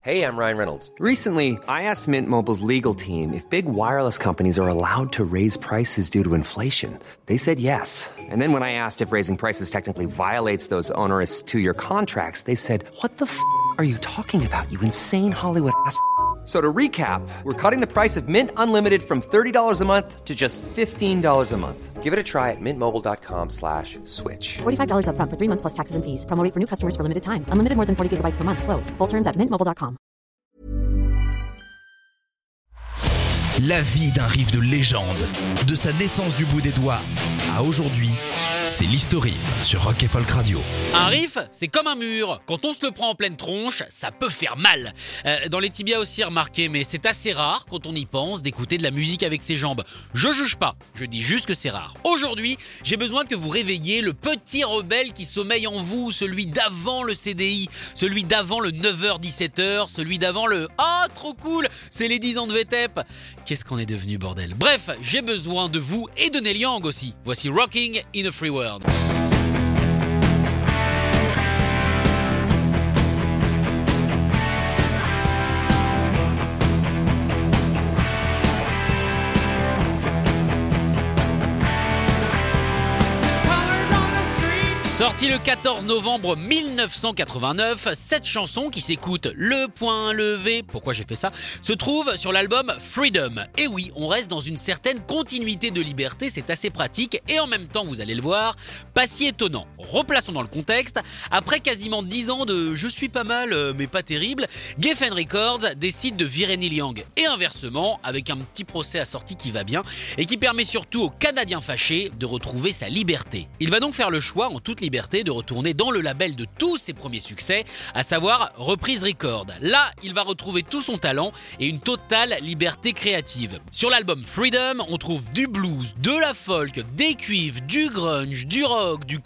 Hey, I'm Ryan Reynolds. Recently, I asked Mint Mobile's legal team if big wireless companies are allowed to raise prices due to inflation. They said yes. And then when I asked if raising prices technically violates those onerous two-year contracts, they said, "What the f*** are you talking about, you insane Hollywood ass?" So to recap, we're cutting the price of Mint Unlimited from $30 a month to just $15 a month. Give it a try at mintmobile.com/switch. $45 up front for 3 months plus taxes and fees. Promo rate for new customers for limited time. Unlimited more than 40 gigabytes per month. Slows full terms at mintmobile.com. La vie d'un riff de légende, de sa naissance du bout des doigts à aujourd'hui, c'est l'Histo-Riff sur Rock & Folk Radio. Un riff, c'est comme un mur. Quand on se le prend en pleine tronche, ça peut faire mal. Dans les tibias aussi, remarquez, mais c'est assez rare, quand on y pense, d'écouter de la musique avec ses jambes. Je juge pas, je dis juste que c'est rare. Aujourd'hui, j'ai besoin que vous réveilliez le petit rebelle qui sommeille en vous, celui d'avant le CDI, celui d'avant le 9h-17h, celui d'avant le « Ah, trop cool, c'est les 10 ans de VTEP !» Qu'est-ce qu'on est devenu, bordel. Bref, j'ai besoin de vous et de Neil Young aussi. Voici Rocking in a Free World. Sorti le 14 novembre 1989, cette chanson qui s'écoute le point levé, pourquoi j'ai fait ça, se trouve sur l'album Freedom. Et oui, on reste dans une certaine continuité de liberté, c'est assez pratique et en même temps, vous allez le voir, pas si étonnant. Replaçons dans le contexte, après quasiment 10 ans de « je suis pas mal mais pas terrible », Geffen Records décide de virer Neil Young. Et inversement, avec un petit procès assorti qui va bien et qui permet surtout aux Canadiens fâchés de retrouver sa liberté. Il va donc faire le choix en toute liberté de retourner dans le label de tous ses premiers succès, à savoir Reprise Records. Là, il va retrouver tout son talent et une totale liberté créative. Sur l'album Freedom, on trouve du blues, de la folk, des cuivres, du grunge, du rock, du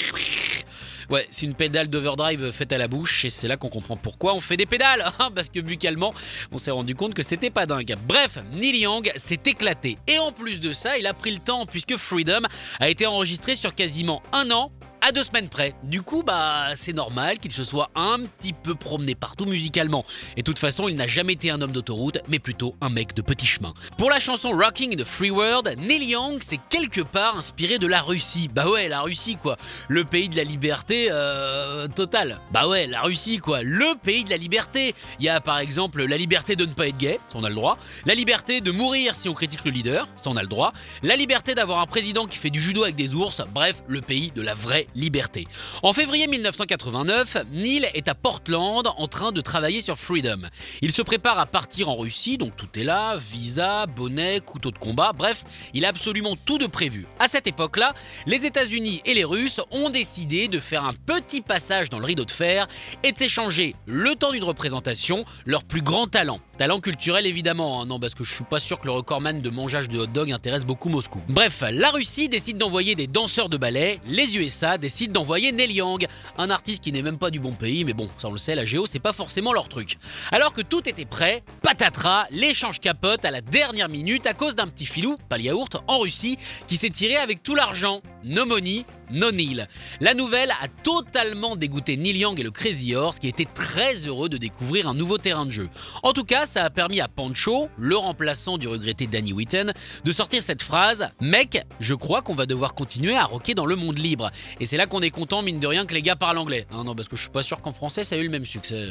ouais, c'est une pédale d'overdrive faite à la bouche et c'est là qu'on comprend pourquoi on fait des pédales, parce que buccalement, on s'est rendu compte que c'était pas dingue. Bref, Neil Young s'est éclaté et en plus de ça, il a pris le temps puisque Freedom a été enregistré sur quasiment 1 an à 2 semaines près. Du coup, c'est normal qu'il se soit un petit peu promené partout musicalement. Et de toute façon, il n'a jamais été un homme d'autoroute, mais plutôt un mec de petit chemin. Pour la chanson Rocking in the Free World, Neil Young s'est quelque part inspiré de la Russie. Bah ouais, la Russie quoi. Le pays de la liberté totale. Bah ouais, la Russie quoi. Le pays de la liberté. Il y a par exemple la liberté de ne pas être gay, ça on a le droit. La liberté de mourir si on critique le leader, ça on a le droit. La liberté d'avoir un président qui fait du judo avec des ours. Bref, le pays de la vraie liberté. En février 1989, Neil est à Portland en train de travailler sur Freedom. Il se prépare à partir en Russie, donc tout est là, visa, bonnet, couteau de combat, bref, il a absolument tout de prévu. À cette époque-là, les États-Unis et les Russes ont décidé de faire un petit passage dans le rideau de fer et de s'échanger, le temps d'une représentation, leur plus grand talent. Talent culturel évidemment, non parce que je suis pas sûr que le recordman de mangeage de hot dog intéresse beaucoup Moscou. Bref, la Russie décide d'envoyer des danseurs de ballet, les USA décident d'envoyer Neil Young, un artiste qui n'est même pas du bon pays, mais bon, ça on le sait, la géo c'est pas forcément leur truc. Alors que tout était prêt, patatras, l'échange capote à la dernière minute à cause d'un petit filou, pas le yaourt, en Russie, qui s'est tiré avec tout l'argent. No money, no Neil. La nouvelle a totalement dégoûté Neil Young et le Crazy Horse qui étaient très heureux de découvrir un nouveau terrain de jeu. En tout cas, ça a permis à Pancho, le remplaçant du regretté Danny Whitten, de sortir cette phrase « Mec, je crois qu'on va devoir continuer à rocker dans le monde libre ». Et c'est là qu'on est content, mine de rien, que les gars parlent anglais. Non, parce que je suis pas sûr qu'en français ça a eu le même succès.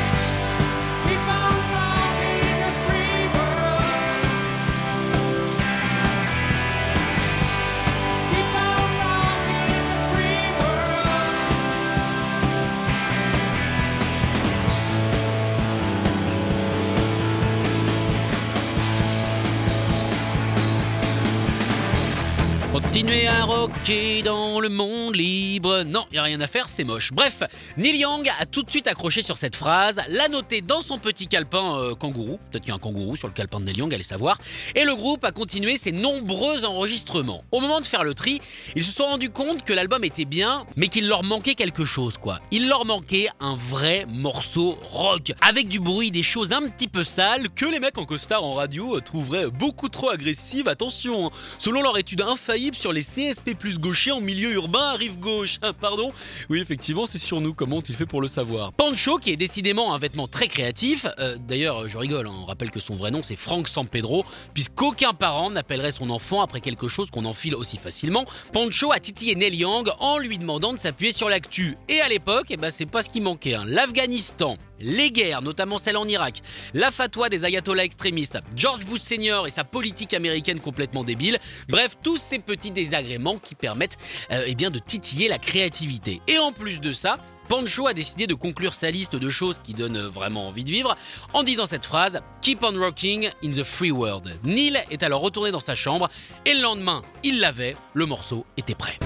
Continuer à rocker dans le monde libre. Non, y a rien à faire, c'est moche. Bref, Neil Young a tout de suite accroché sur cette phrase, l'a notée dans son petit calepin kangourou. Peut-être qu'il y a un kangourou sur le calepin de Neil Young, allez savoir. Et le groupe a continué ses nombreux enregistrements. Au moment de faire le tri, ils se sont rendus compte que l'album était bien, mais qu'il leur manquait quelque chose, quoi. Il leur manquait un vrai morceau rock, avec du bruit, des choses un petit peu sales, que les mecs en costard en radio trouveraient beaucoup trop agressives. Attention, selon leur étude infaillible sur sur les CSP+ gauchers en milieu urbain à rive gauche. Pardon ? Oui, effectivement, c'est sur nous. Comment tu fais pour le savoir ? Pancho, qui est décidément un vêtement très créatif. D'ailleurs, je rigole, on rappelle que son vrai nom, c'est Frank Sampedro, puisqu'aucun parent n'appellerait son enfant après quelque chose qu'on enfile aussi facilement. Pancho a titillé Neil Young en lui demandant de s'appuyer sur l'actu. Et à l'époque, c'est pas ce qui manquait. L'Afghanistan, les guerres, notamment celle en Irak, la fatwa des ayatollahs extrémistes, George Bush Senior et sa politique américaine complètement débile, bref, tous ces petits désagréments qui permettent de titiller la créativité. Et en plus de ça, Pancho a décidé de conclure sa liste de choses qui donnent vraiment envie de vivre en disant cette phrase « Keep on rocking in the free world ». Neil est alors retourné dans sa chambre et le lendemain, il l'avait, le morceau était prêt.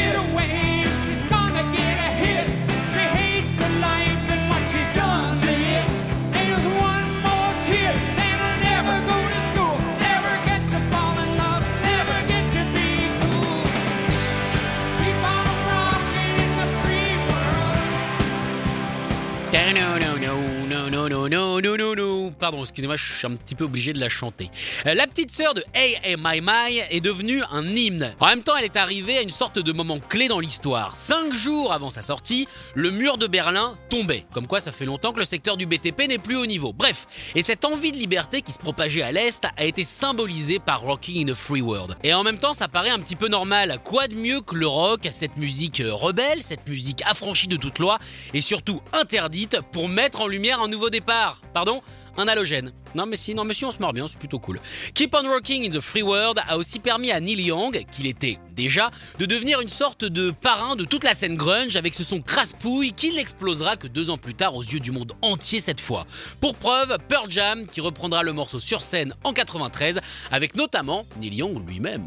Non. Pardon, excusez-moi, je suis un petit peu obligé de la chanter. La petite sœur de Hey Hey My My est devenue un hymne. En même temps, elle est arrivée à une sorte de moment clé dans l'histoire. 5 jours avant sa sortie, le mur de Berlin tombait. Comme quoi, ça fait longtemps que le secteur du BTP n'est plus au niveau. Bref, et cette envie de liberté qui se propageait à l'Est a été symbolisée par Rocking in a Free World. Et en même temps, ça paraît un petit peu normal. Quoi de mieux que le rock, cette musique rebelle, cette musique affranchie de toute loi et surtout interdite pour mettre en lumière un nouveau départ. Pardon ? Un halogène. Non mais si, on se marre bien, c'est plutôt cool. Keep on Rocking in the Free World a aussi permis à Neil Young, qu'il était déjà, de devenir une sorte de parrain de toute la scène grunge avec ce son crasse-pouille qui n'explosera que 2 ans plus tard aux yeux du monde entier cette fois. Pour preuve, Pearl Jam qui reprendra le morceau sur scène en 93 avec notamment Neil Young lui-même.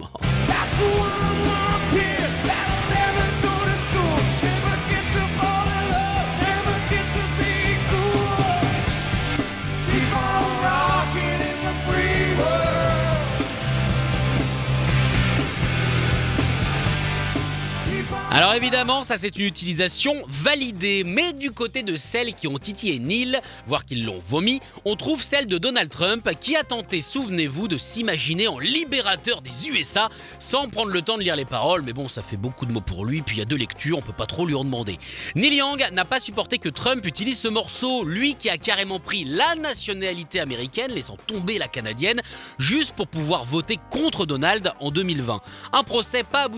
Alors évidemment, ça c'est une utilisation validée, mais du côté de celles qui ont titillé Neil, voire qui l'ont vomi, on trouve celle de Donald Trump qui a tenté, souvenez-vous, de s'imaginer en libérateur des USA sans prendre le temps de lire les paroles, mais bon, ça fait beaucoup de mots pour lui, puis il y a 2 lectures, on peut pas trop lui en demander. Neil Young n'a pas supporté que Trump utilise ce morceau, lui qui a carrément pris la nationalité américaine, laissant tomber la canadienne, juste pour pouvoir voter contre Donald en 2020. Un procès pas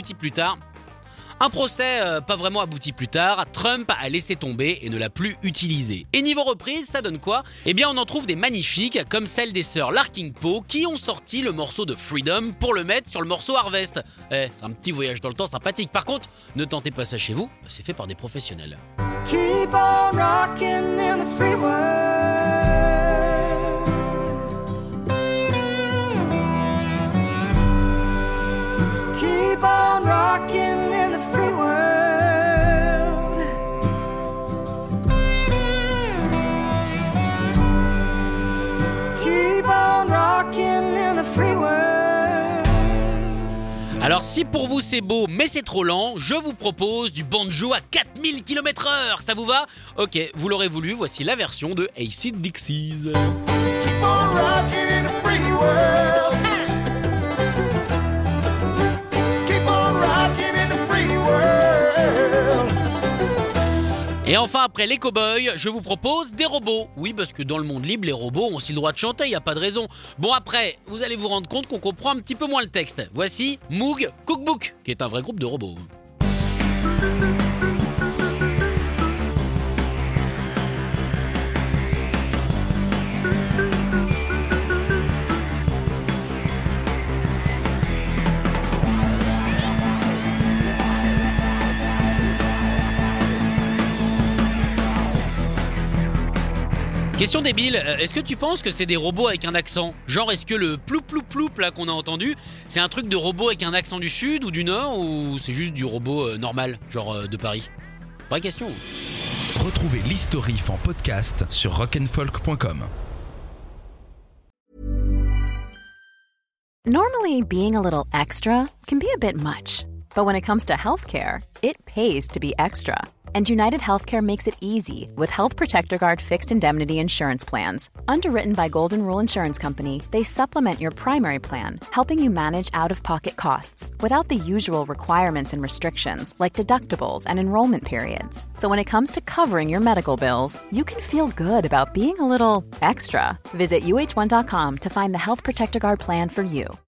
vraiment abouti plus tard, Trump a laissé tomber et ne l'a plus utilisé. Et niveau reprise, ça donne quoi ? On en trouve des magnifiques, comme celle des sœurs Larkin Poe, qui ont sorti le morceau de Freedom pour le mettre sur le morceau Harvest. C'est un petit voyage dans le temps sympathique. Par contre, ne tentez pas ça chez vous, c'est fait par des professionnels. Keep on rocking in the free world. Keep on rocking in the free world. Keep on rocking in the free world. Alors si pour vous c'est beau mais c'est trop lent, je vous propose du banjo à 4000 km/h, ça vous va ? Ok, vous l'aurez voulu, voici la version de Acid Dixies. Keep on rocking in the free world. Et enfin, après les cow-boys, je vous propose des robots. Oui, parce que dans le monde libre, les robots ont aussi le droit de chanter, il n'y a pas de raison. Bon, après, vous allez vous rendre compte qu'on comprend un petit peu moins le texte. Voici Moog Cookbook, qui est un vrai groupe de robots. Question débile, est-ce que tu penses que c'est des robots avec un accent ? Genre, est-ce que le ploup-ploup-ploup là qu'on a entendu, c'est un truc de robot avec un accent du sud ou du nord, ou c'est juste du robot normal, genre de Paris ? Vraie question. Retrouvez l'Historif en podcast sur rockandfolk.com. Normally, being a little extra can be a bit much, but when it comes to healthcare, it pays to be extra. And United Healthcare makes it easy with Health Protector Guard fixed indemnity insurance plans. Underwritten by Golden Rule Insurance Company, they supplement your primary plan, helping you manage out-of-pocket costs without the usual requirements and restrictions like deductibles and enrollment periods. So when it comes to covering your medical bills, you can feel good about being a little extra. Visit UH1.com to find the Health Protector Guard plan for you.